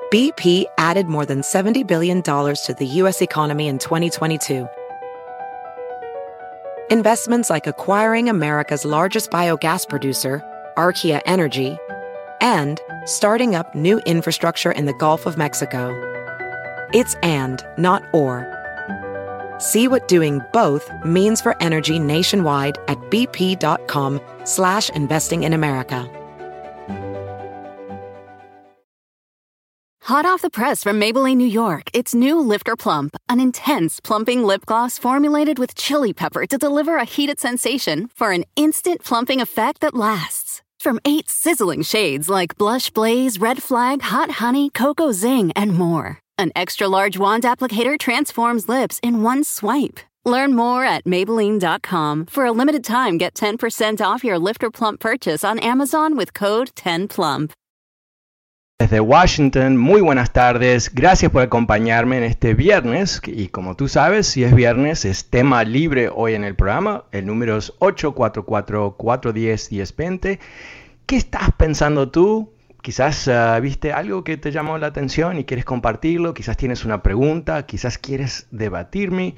BP added more than $70 billion to the U.S. economy in 2022. Investments like acquiring America's largest biogas producer, Archaea Energy, and starting up new infrastructure in the Gulf of Mexico. It's and, not or. See what doing both means for energy nationwide at bp.com/investing in America. Hot off the press from Maybelline, New York, it's new Lifter Plump, an intense plumping lip gloss formulated with chili pepper to deliver a heated sensation for an instant plumping effect that lasts. From 8 sizzling shades like Blush Blaze, Red Flag, Hot Honey, Cocoa Zing, and more. An extra-large wand applicator transforms lips in one swipe. Learn more at Maybelline.com. For a limited time, get 10% off your Lifter Plump purchase on Amazon with code 10PLUMP. Desde Washington, muy buenas tardes. Gracias por acompañarme en este viernes. Y como tú sabes, si es viernes, es tema libre hoy en el programa. El número es 844-410-1020. ¿Qué estás pensando tú? Quizás viste algo que te llamó la atención y quieres compartirlo. Quizás tienes una pregunta. Quizás quieres debatirme.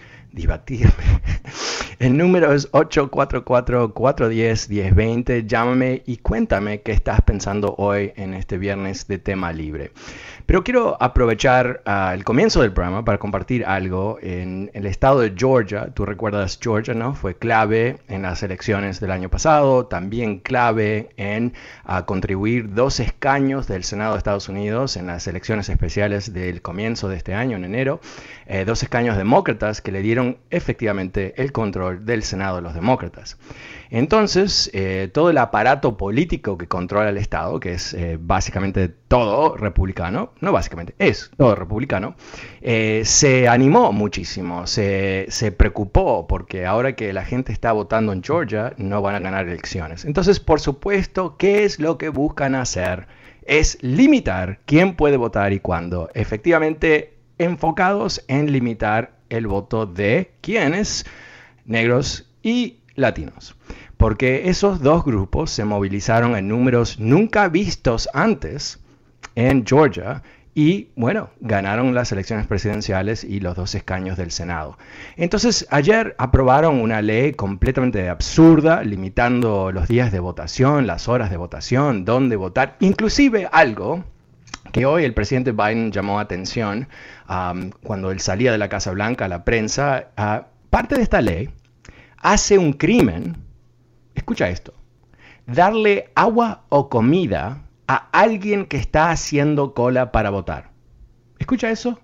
El número es 844-410-1020. Llámame y cuéntame qué estás pensando hoy en este viernes de tema libre. Pero quiero aprovechar el comienzo del programa para compartir algo. En el estado de Georgia, tú recuerdas Georgia, ¿no? Fue clave en las elecciones del año pasado, también clave en contribuir 2 escaños del Senado de Estados Unidos en las elecciones especiales del comienzo de este año, en enero. 2 escaños demócratas que le dieron efectivamente el control del Senado a los demócratas. Entonces, todo el aparato político que controla el Estado, que es básicamente todo republicano, no básicamente, es todo republicano, se animó muchísimo, se preocupó, porque ahora que la gente está votando en Georgia, no van a ganar elecciones. Entonces, por supuesto, ¿qué es lo que buscan hacer? Es limitar quién puede votar y cuándo. Efectivamente, enfocados en limitar el voto de ¿quiénes? Negros y latinos. Porque esos 2 grupos se movilizaron en números nunca vistos antes en Georgia y, bueno, ganaron las elecciones presidenciales y los 2 escaños del Senado. Entonces, ayer aprobaron una ley completamente absurda, limitando los días de votación, las horas de votación, dónde votar, inclusive algo que hoy el presidente Biden llamó atención cuando él salía de la Casa Blanca a la prensa. Parte de esta ley hace un crimen, escucha esto, darle agua o comida a alguien que está haciendo cola para votar. ¿Escucha eso?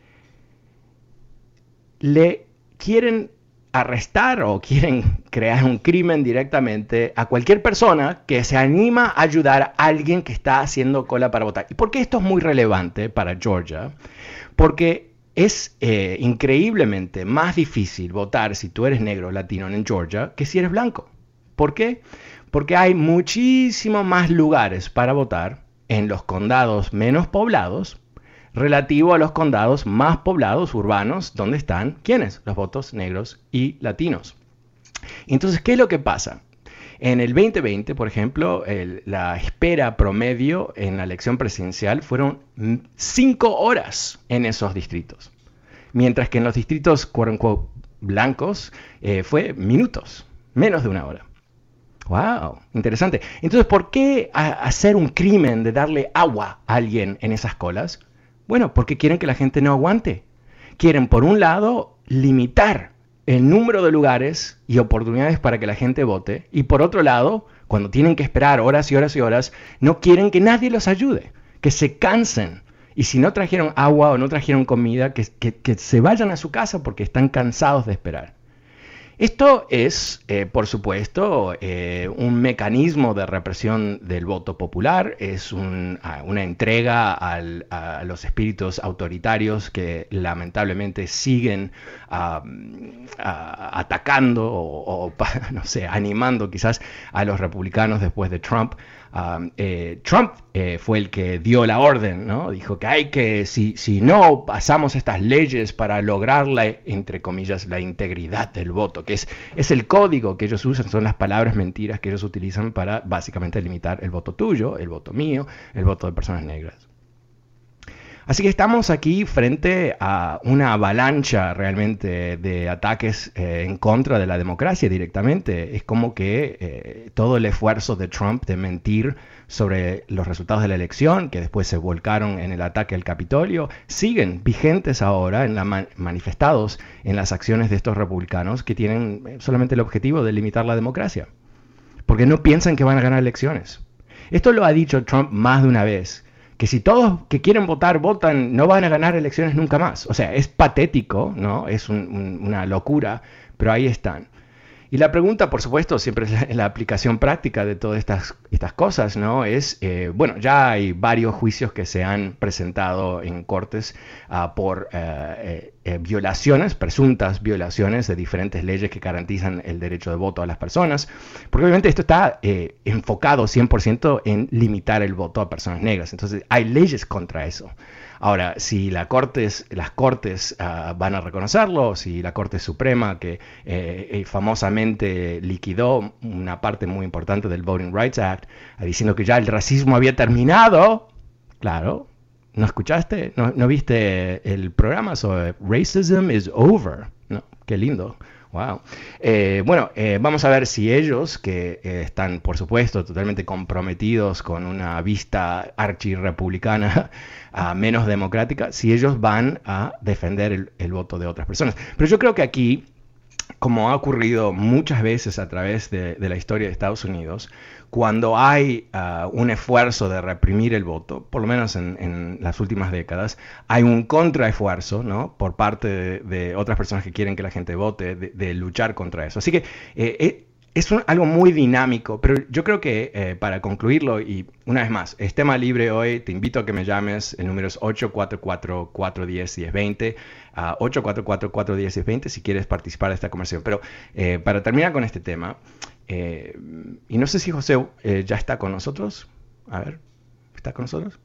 Le quieren arrestar o quieren crear un crimen directamente a cualquier persona que se anima a ayudar a alguien que está haciendo cola para votar. ¿Y por qué esto es muy relevante para Georgia? Porque es increíblemente más difícil votar si tú eres negro o latino en Georgia que si eres blanco. ¿Por qué? Porque hay muchísimos más lugares para votar en los condados menos poblados relativo a los condados más poblados urbanos donde están, ¿quiénes? Los votos negros y latinos. Entonces, ¿qué es lo que pasa? En el 2020, por ejemplo, la espera promedio en la elección presidencial fueron 5 horas en esos distritos. Mientras que en los distritos, quote unquote, blancos, fue minutos, menos de 1 hora. ¡Wow! Interesante. Entonces, ¿por qué hacer un crimen de darle agua a alguien en esas colas? Bueno, porque quieren que la gente no aguante. Quieren, por un lado, limitar el número de lugares y oportunidades para que la gente vote. Y por otro lado, cuando tienen que esperar horas y horas y horas, no quieren que nadie los ayude, que se cansen. Y si no trajeron agua o no trajeron comida, que se vayan a su casa porque están cansados de esperar. Esto es, por supuesto, un mecanismo de represión del voto popular, es una entrega a los espíritus autoritarios que lamentablemente siguen atacando o no sé, animando quizás a los republicanos después de Trump. Trump fue el que dio la orden, ¿no? Dijo que si no pasamos estas leyes para lograr entre comillas, la integridad del voto, que es el código que ellos usan, son las palabras mentiras que ellos utilizan para básicamente limitar el voto tuyo, el voto mío, el voto de personas negras. Así que estamos aquí frente a una avalancha realmente de ataques en contra de la democracia directamente. Es como que todo el esfuerzo de Trump de mentir sobre los resultados de la elección, que después se volcaron en el ataque al Capitolio, siguen vigentes ahora, manifestados en las acciones de estos republicanos que tienen solamente el objetivo de limitar la democracia, porque no piensan que van a ganar elecciones. Esto lo ha dicho Trump más de una vez, que si todos que quieren votar votan, no van a ganar elecciones nunca más. O sea, es patético, ¿no? Es una locura, pero ahí están. Y la pregunta, por supuesto, siempre es la aplicación práctica de todas estas cosas, ¿no? Es, bueno, ya hay varios juicios que se han presentado en cortes por violaciones, presuntas violaciones de diferentes leyes que garantizan el derecho de voto a las personas, porque obviamente esto está enfocado 100% en limitar el voto a personas negras. Entonces, hay leyes contra eso. Ahora, si las cortes van a reconocerlo, si la Corte Suprema, que famosamente liquidó una parte muy importante del Voting Rights Act, diciendo que ya el racismo había terminado, claro, ¿no escuchaste? ¿No viste el programa sobre Racism is Over? No, qué lindo. Wow. Bueno, vamos a ver si ellos, que están, por supuesto, totalmente comprometidos con una vista archirrepublicana menos democrática, si ellos van a defender el voto de otras personas. Pero yo creo que aquí, como ha ocurrido muchas veces a través de la historia de Estados Unidos, cuando hay un esfuerzo de reprimir el voto, por lo menos en las últimas décadas, hay un contraesfuerzo, ¿no?, por parte de otras personas que quieren que la gente vote, de luchar contra eso. Así que es algo muy dinámico, pero yo creo que para concluirlo, y una vez más, es tema libre hoy, te invito a que me llames, el número es 844-410-1020, 844-410-1020 si quieres participar de esta conversación. Pero para terminar con este tema, y no sé si José ya está con nosotros. A ver, ¿está con nosotros?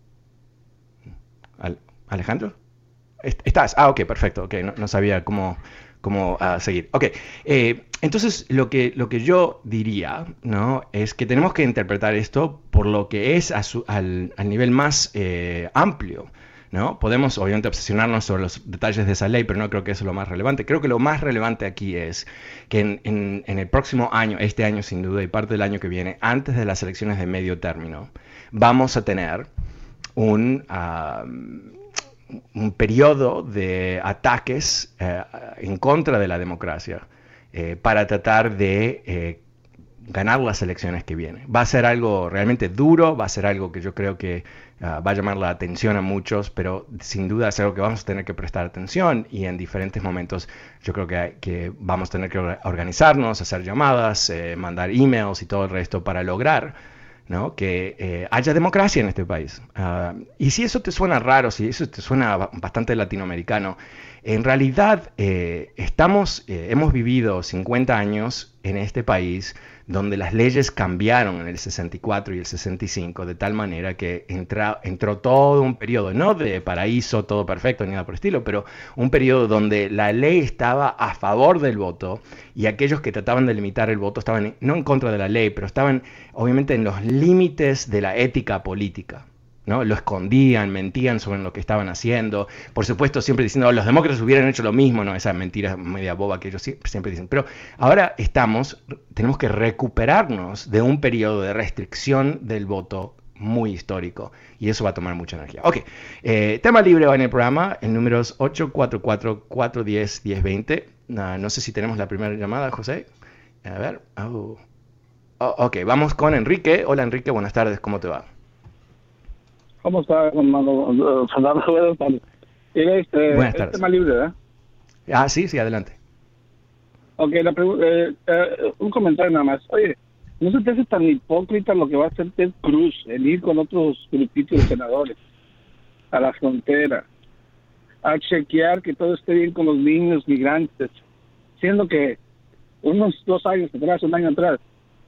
¿Alejandro? ¿Estás? Ah, ok, perfecto. Okay, no sabía cómo seguir. Ok, entonces lo que yo diría, ¿no?, es que tenemos que interpretar esto por lo que es al nivel más amplio, ¿no? Podemos obviamente obsesionarnos sobre los detalles de esa ley, pero no creo que eso es lo más relevante. Creo que lo más relevante aquí es que en el próximo año, este año sin duda y parte del año que viene, antes de las elecciones de medio término, vamos a tener un periodo de ataques en contra de la democracia para tratar de ganar las elecciones que vienen. Va a ser algo realmente duro, va a ser algo que yo creo que va a llamar la atención a muchos, pero sin duda es algo que vamos a tener que prestar atención, y en diferentes momentos yo creo que vamos a tener que organizarnos, hacer llamadas, mandar emails y todo el resto para lograr, ¿no?, que haya democracia en este país. Y si eso te suena raro, si eso te suena bastante latinoamericano, en realidad hemos vivido 50 años en este país donde las leyes cambiaron en el 64 y el 65 de tal manera que entró todo un periodo, no de paraíso, todo perfecto, ni nada por el estilo, pero un periodo donde la ley estaba a favor del voto, y aquellos que trataban de limitar el voto estaban no en contra de la ley, pero estaban obviamente en los límites de la ética política, ¿no? Lo escondían, mentían sobre lo que estaban haciendo, por supuesto siempre diciendo los demócratas hubieran hecho lo mismo, ¿no? Esa mentira media boba que ellos siempre dicen. Pero ahora tenemos que recuperarnos de un periodo de restricción del voto muy histórico, y eso va a tomar mucha energía. Ok, tema libre hoy en el programa, el número es 844-410-1020. No sé si tenemos la primera llamada, José. A ver. Ok, vamos con Enrique. Hola Enrique, buenas tardes, ¿cómo te va? ¿Cómo está, hermano? Fernando, buenas tardes. Buenas tardes. Tema libre, ¿verdad? Sí, adelante. Ok, un comentario nada más. Oye, ¿no se te hace tan hipócrita lo que va a hacer Ted Cruz, el ir con otros grupitos de senadores a la frontera, a chequear que todo esté bien con los niños migrantes, siendo que unos 2 años atrás, un año atrás,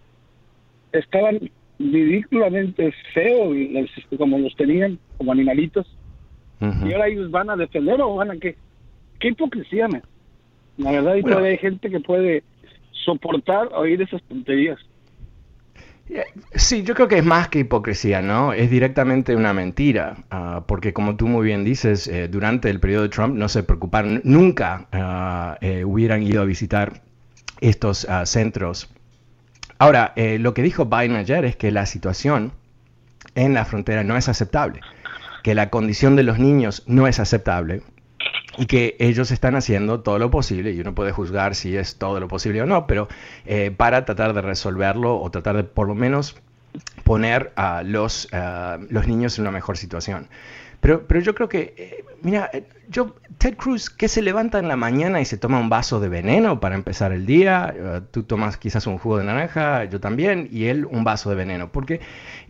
estaban ridículamente feos como los tenían como animalitos? Y ahora ellos van a defender, o van a qué hipocresía, man. La verdad, y todavía hay gente que puede soportar oír esas tonterías. Sí, yo creo que es más que hipocresía, ¿no? Es directamente una mentira, porque como tú muy bien dices, durante el periodo de Trump no se preocuparon, nunca hubieran ido a visitar estos centros. Ahora, lo que dijo Biden ayer es que la situación en la frontera no es aceptable, que la condición de los niños no es aceptable y que ellos están haciendo todo lo posible, y uno puede juzgar si es todo lo posible o no, pero para tratar de resolverlo o tratar de por lo menos poner a los niños en una mejor situación. Pero yo creo que, mira, Ted Cruz, que se levanta en la mañana y se toma un vaso de veneno para empezar el día, tú tomas quizás un jugo de naranja, yo también, y él un vaso de veneno, porque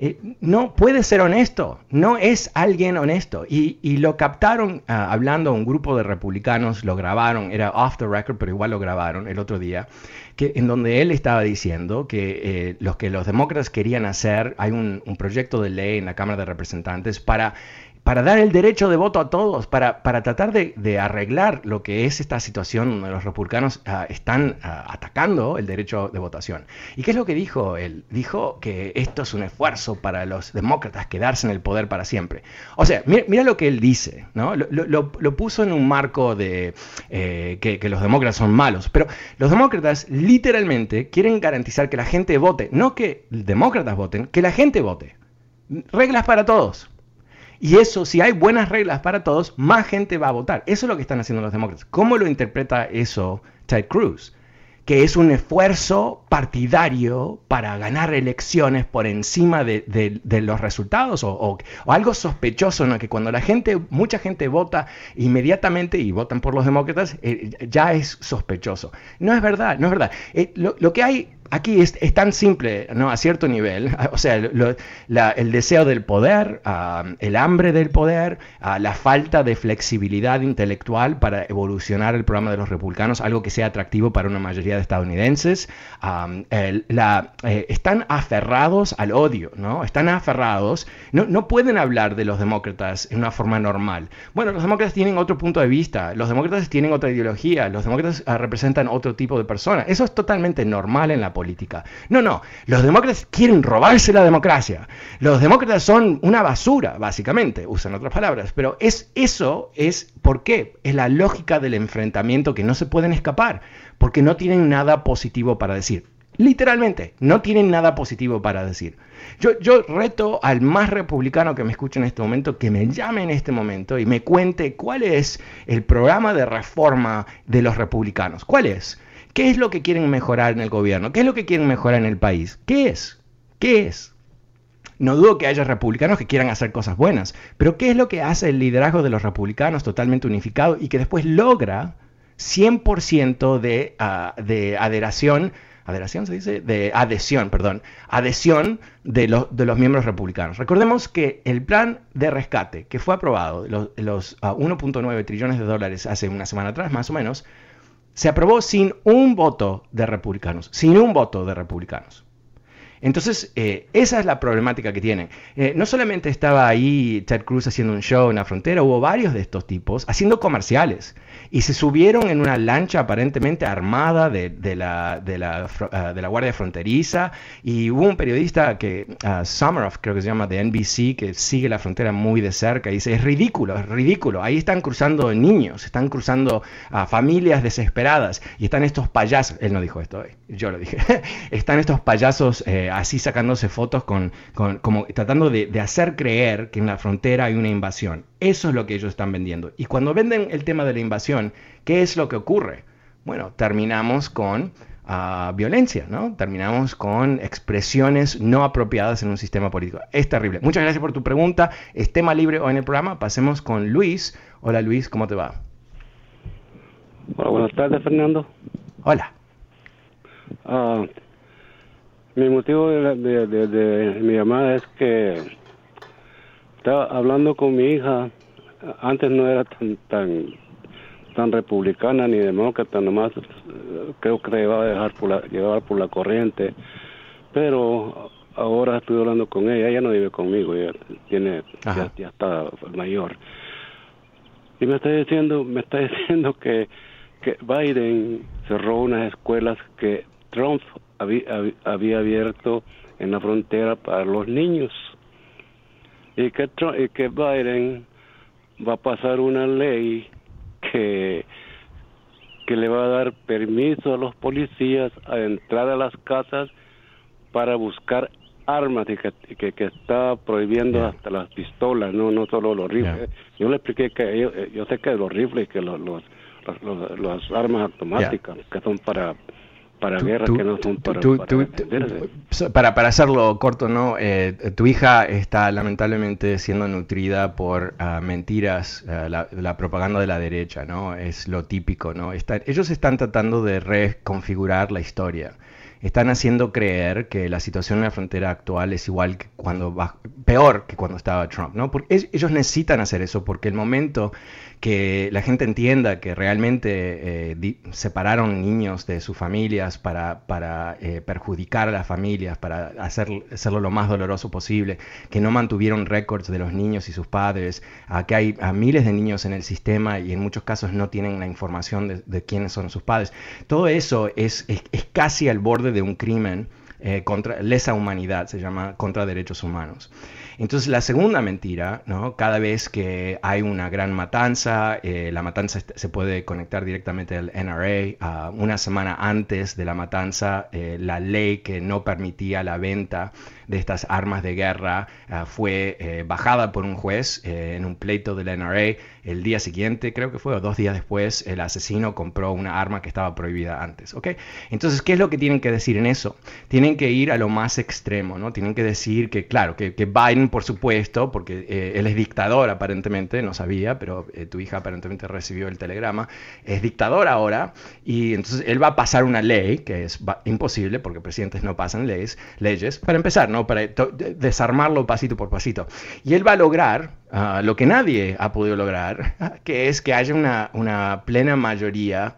no puede ser honesto, no es alguien honesto, y lo captaron hablando a un grupo de republicanos, lo grabaron, era off the record, pero igual lo grabaron el otro día, en donde él estaba diciendo que los demócratas querían hacer, hay un proyecto de ley en la Cámara de Representantes para dar el derecho de voto a todos, para tratar de arreglar lo que es esta situación donde los republicanos están atacando el derecho de votación. ¿Y qué es lo que dijo él? Dijo que esto es un esfuerzo para los demócratas quedarse en el poder para siempre. O sea, mira lo que él dice, ¿no? Lo puso en un marco de que los demócratas son malos, pero los demócratas literalmente quieren garantizar que la gente vote, no que demócratas voten, que la gente vote. Reglas para todos. Y eso, si hay buenas reglas para todos, más gente va a votar. Eso es lo que están haciendo los demócratas. ¿Cómo lo interpreta eso Ted Cruz? Que es un esfuerzo partidario para ganar elecciones por encima de los resultados o algo sospechoso, ¿no? Que cuando mucha gente vota inmediatamente y votan por los demócratas, ya es sospechoso. No es verdad, no es verdad. Lo que hay aquí es tan simple, ¿no? A cierto nivel, o sea, el deseo del poder, el hambre del poder, la falta de flexibilidad intelectual para evolucionar el programa de los republicanos, algo que sea atractivo para una mayoría de estadounidenses, están aferrados al odio, ¿no? Están aferrados, no pueden hablar de los demócratas en una forma normal. Bueno, los demócratas tienen otro punto de vista, los demócratas tienen otra ideología, los demócratas representan otro tipo de personas. Eso es totalmente normal en la política. No, los demócratas quieren robarse la democracia. Los demócratas son una basura, básicamente, usan otras palabras, pero eso es ¿por qué? Es la lógica del enfrentamiento que no se pueden escapar, porque no tienen nada positivo para decir. Literalmente, no tienen nada positivo para decir. Yo reto al más republicano que me escuche en este momento, que me llame en este momento y me cuente cuál es el programa de reforma de los republicanos. ¿Cuál es? ¿Qué es lo que quieren mejorar en el gobierno? ¿Qué es lo que quieren mejorar en el país? ¿Qué es? ¿Qué es? No dudo que haya republicanos que quieran hacer cosas buenas, pero ¿qué es lo que hace el liderazgo de los republicanos totalmente unificado y que después logra 100% de adhesión de los miembros republicanos? Recordemos que el plan de rescate que fue aprobado, los 1.9 trillones de dólares hace una semana atrás más o menos, se aprobó sin un voto de republicanos, Entonces, esa es la problemática que tienen. No solamente estaba ahí Ted Cruz haciendo un show en la frontera, hubo varios de estos tipos haciendo comerciales y se subieron en una lancha aparentemente armada de la Guardia Fronteriza, y hubo un periodista Summerhoff, creo que se llama, de NBC, que sigue la frontera muy de cerca y dice, es ridículo, ahí están cruzando niños, están cruzando familias desesperadas y están estos payasos, él no dijo esto, yo lo dije, están estos payasos así sacándose fotos como tratando de hacer creer que en la frontera hay una invasión. Eso es lo que ellos están vendiendo. Y cuando venden el tema de la invasión, ¿qué es lo que ocurre? Bueno, terminamos con violencia, ¿no? Terminamos con expresiones no apropiadas en un sistema político. Es terrible. Muchas gracias por tu pregunta. Es tema libre hoy en el programa. Pasemos con Luis. Hola Luis, ¿cómo te va? Hola, buenas tardes, Fernando. Hola. Mi motivo de mi llamada es que estaba hablando con mi hija. Antes no era tan republicana ni demócrata, nomás creo que iba a llevar por la corriente, pero ahora estoy hablando con ella no vive conmigo, ella ya está mayor, y me está diciendo que Biden cerró unas escuelas que Trump había abierto en la frontera para los niños. Y que Biden va a pasar una ley que le va a dar permiso a los policías a entrar a las casas para buscar armas, y que está prohibiendo hasta las pistolas, no solo los rifles. Yo le expliqué que yo sé que los rifles, que las armas automáticas, que son para guerras, que no son para hacerlo corto, ¿no? Tu hija está lamentablemente siendo nutrida por mentiras, la propaganda de la derecha, ¿no? Es lo típico, ¿no? Ellos están tratando de reconfigurar la historia. Están haciendo creer que la situación en la frontera actual es igual que peor que cuando estaba Trump, ¿no? Porque ellos necesitan hacer eso, porque el momento que la gente entienda que realmente separaron niños de sus familias para perjudicar a las familias, para hacerlo lo más doloroso posible, que no mantuvieron récords de los niños y sus padres, que hay miles de niños en el sistema y en muchos casos no tienen la información de quiénes son sus padres. Todo eso es casi al borde de un crimen contra lesa humanidad, se llama, contra derechos humanos. Entonces la segunda mentira, ¿no? Cada vez que hay una gran matanza, la matanza se puede conectar directamente al NRA. Una semana antes de la matanza, la ley que no permitía la venta de estas armas de guerra fue bajada por un juez en un pleito del NRA. El día siguiente, creo que fue, o 2 días después, el asesino compró una arma que estaba prohibida antes, ¿ok? Entonces, ¿qué es lo que tienen que decir en eso? Tienen que ir a lo más extremo, ¿no? Tienen que decir que, claro, que Biden, por supuesto, porque él es dictador aparentemente, no sabía, pero tu hija aparentemente recibió el telegrama, es dictador ahora, y entonces él va a pasar una ley, que es imposible, porque presidentes no pasan leyes, para empezar, ¿no? Para desarmarlo pasito por pasito. Y él va a lograr lo que nadie ha podido lograr, que es que haya una plena mayoría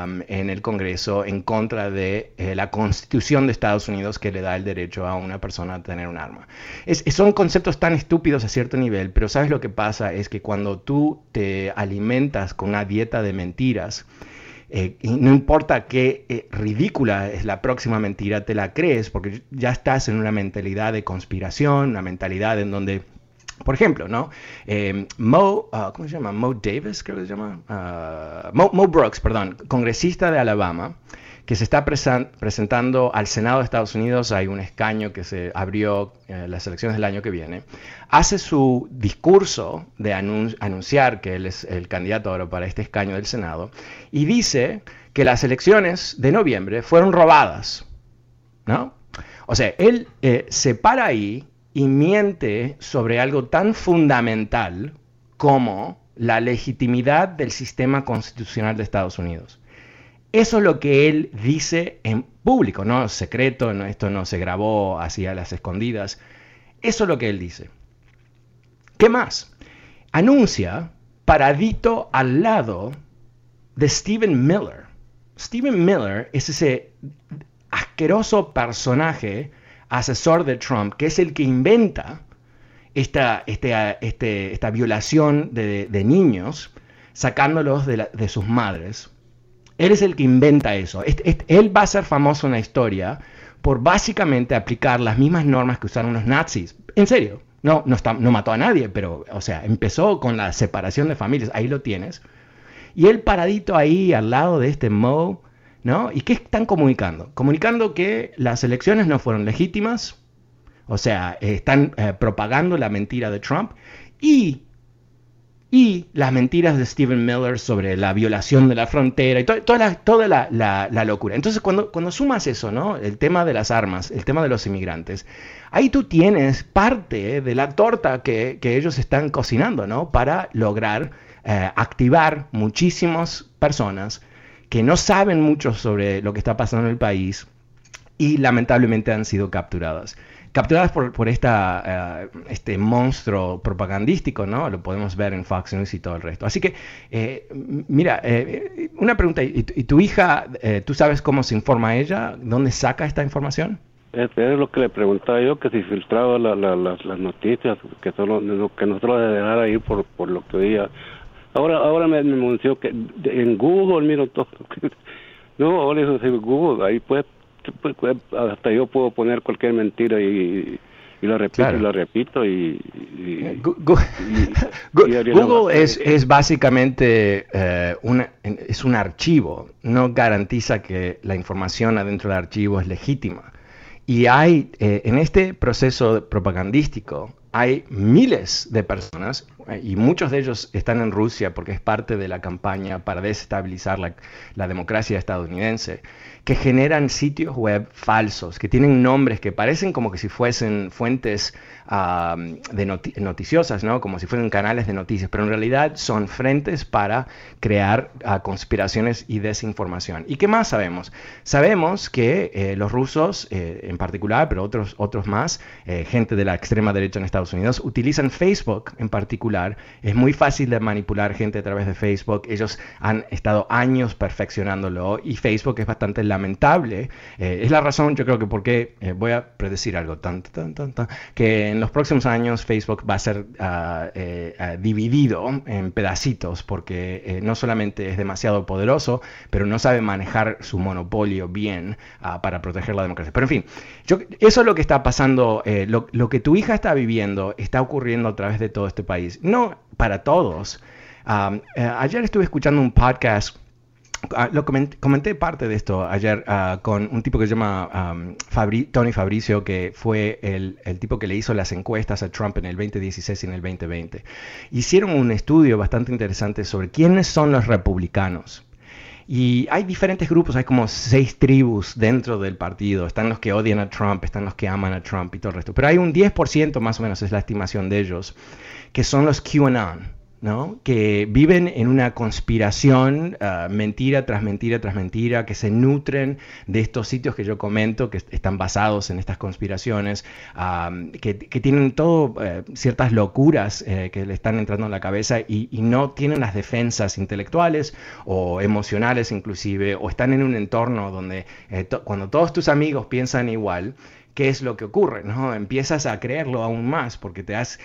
en el Congreso en contra de la Constitución de Estados Unidos, que le da el derecho a una persona a tener un arma. Son conceptos tan estúpidos a cierto nivel, pero ¿sabes lo que pasa? Es que cuando tú te alimentas con una dieta de mentiras, y no importa qué ridícula es la próxima mentira, te la crees porque ya estás en una mentalidad de conspiración, una mentalidad en donde, por ejemplo, ¿no? ¿Cómo se llama? Mo Davis, creo que se llama. Mo Brooks, perdón, congresista de Alabama, que se está presentando al Senado de Estados Unidos. Hay un escaño que se abrió en las elecciones del año que viene. Hace su discurso de anunciar que él es el candidato ahora para este escaño del Senado y dice que las elecciones de noviembre fueron robadas, ¿no? O sea, él se para ahí y miente sobre algo tan fundamental como la legitimidad del sistema constitucional de Estados Unidos. Eso es lo que él dice en público, no secreto, no, esto no se grabó así a las escondidas. Eso es lo que él dice. ¿Qué más? Anuncia paradito al lado de Stephen Miller. Stephen Miller es ese asqueroso personaje, asesor de Trump, que es el que inventa esta violación de niños, sacándolos de sus madres. Él es el que inventa eso. Él va a ser famoso en la historia por básicamente aplicar las mismas normas que usaron los nazis. En serio, no mató a nadie, pero, o sea, empezó con la separación de familias. Ahí lo tienes. Y él paradito ahí al lado de este Mo, ¿no? ¿Y qué están comunicando? Comunicando que las elecciones no fueron legítimas, o sea, están propagando la mentira de Trump y las mentiras de Stephen Miller sobre la violación de la frontera y toda la locura. Entonces, cuando sumas eso, ¿no? El tema de las armas, el tema de los inmigrantes, ahí tú tienes parte de la torta que ellos están cocinando, ¿no? Para lograr activar muchísimas personas que no saben mucho sobre lo que está pasando en el país y lamentablemente han sido capturadas por este monstruo propagandístico, ¿no? Lo podemos ver en Fox News y todo el resto. Así que, mira, una pregunta, ¿y tu hija, tú sabes cómo se informa ella? ¿Dónde saca esta información? Es lo que le preguntaba yo, que si filtraba las noticias, que solo que nosotros le dejara ir por lo que oía. Ahora me anunció que en Google miro todo. No, ahora eso sí, Google, ahí puedes hasta yo puedo poner cualquier mentira y lo repito, claro. Y lo repito Google es básicamente es un archivo, no garantiza que la información adentro del archivo es legítima. Y hay, en este proceso propagandístico, hay miles de personas, y muchos de ellos están en Rusia porque es parte de la campaña para desestabilizar la democracia estadounidense, que generan sitios web falsos, que tienen nombres que parecen como que si fuesen fuentes noticiosas, ¿no? Como si fueran canales de noticias, pero en realidad son frentes para crear conspiraciones y desinformación. ¿Y qué más sabemos? Sabemos que los rusos, en particular, pero otros más, gente de la extrema derecha en Estados Unidos, utilizan Facebook en particular. Es muy fácil de manipular gente a través de Facebook. Ellos han estado años perfeccionándolo y Facebook es bastante lamentable. Es la razón, yo creo que por qué, voy a predecir algo, que en los próximos años Facebook va a ser dividido en pedacitos porque no solamente es demasiado poderoso, pero no sabe manejar su monopolio bien para proteger la democracia. Pero en fin, eso es lo que está pasando, lo que tu hija está viviendo está ocurriendo a través de todo este país. No para todos. Ayer estuve escuchando un podcast. Lo comenté parte de esto ayer con un tipo que se llama Tony Fabricio, que fue el tipo que le hizo las encuestas a Trump en el 2016 y en el 2020. Hicieron un estudio bastante interesante sobre quiénes son los republicanos. Y hay diferentes grupos, hay como 6 tribus dentro del partido. Están los que odian a Trump, están los que aman a Trump y todo el resto. Pero hay un 10% más o menos, es la estimación de ellos, que son los QAnon, ¿no? Que viven en una conspiración, mentira tras mentira tras mentira, que se nutren de estos sitios que yo comento, que están basados en estas conspiraciones, que tienen todo ciertas locuras que le están entrando en la cabeza y no tienen las defensas intelectuales o emocionales inclusive, o están en un entorno donde cuando todos tus amigos piensan igual, ¿qué es lo que ocurre? ¿No? Empiezas a creerlo aún más porque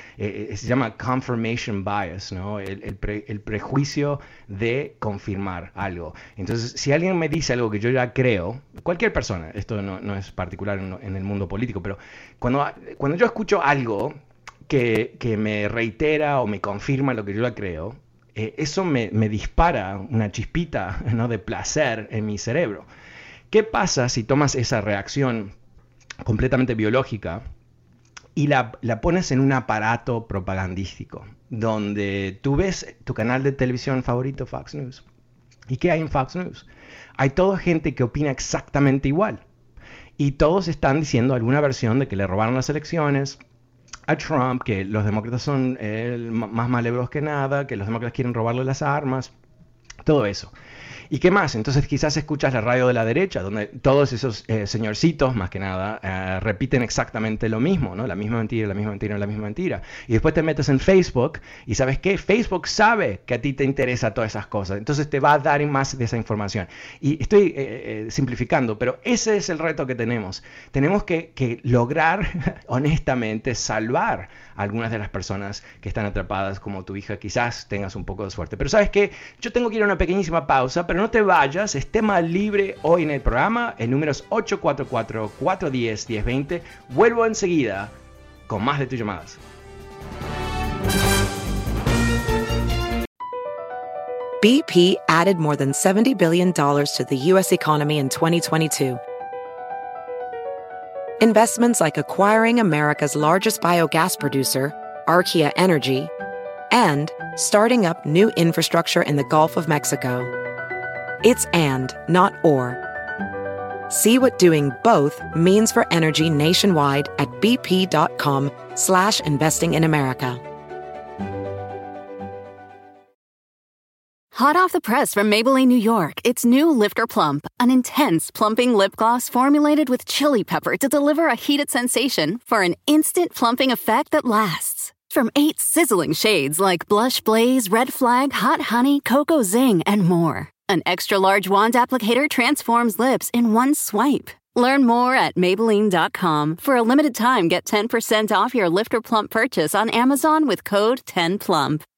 se llama confirmation bias, ¿no? El prejuicio de confirmar algo. Entonces, si alguien me dice algo que yo ya creo, cualquier persona, esto no es particular en el mundo político, pero cuando yo escucho algo que me reitera o me confirma lo que yo ya creo, eso me dispara una chispita, ¿no? de placer en mi cerebro. ¿Qué pasa si tomas esa reacción completamente biológica y la pones en un aparato propagandístico donde tú ves tu canal de televisión favorito, Fox News? ¿Y qué hay en Fox News? Hay toda gente que opina exactamente igual y todos están diciendo alguna versión de que le robaron las elecciones a Trump, que los demócratas son más malévolos que nada, que los demócratas quieren robarle las armas, todo eso. ¿Y qué más? Entonces quizás escuchas la radio de la derecha, donde todos esos señorcitos, más que nada, repiten exactamente lo mismo, ¿no? La misma mentira, la misma mentira, la misma mentira. Y después te metes en Facebook y ¿sabes qué? Facebook sabe que a ti te interesa todas esas cosas. Entonces te va a dar más de esa información. Y estoy simplificando, pero ese es el reto que tenemos. Tenemos que lograr, honestamente, salvar a algunas de las personas que están atrapadas como tu hija. Quizás tengas un poco de suerte. Pero ¿sabes qué? Yo tengo que ir a una pequeñísima pausa, pero no te vayas, es tema libre hoy en el programa. El número es 844-410-1020. Vuelvo enseguida con más de tus llamadas. BP added more than $70 billion to the U.S. economy in 2022. Investments like acquiring America's largest biogas producer, Archaea Energy, and starting up new infrastructure in the Gulf of Mexico. It's and, not or. See what doing both means for energy nationwide at bp.com/investing in America. Hot off the press from Maybelline, New York, it's new Lifter Plump, an intense plumping lip gloss formulated with chili pepper to deliver a heated sensation for an instant plumping effect that lasts. From 8 sizzling shades like Blush Blaze, Red Flag, Hot Honey, Cocoa Zing, and more. An extra-large wand applicator transforms lips in one swipe. Learn more at Maybelline.com. For a limited time, get 10% off your Lifter Plump purchase on Amazon with code 10PLUMP.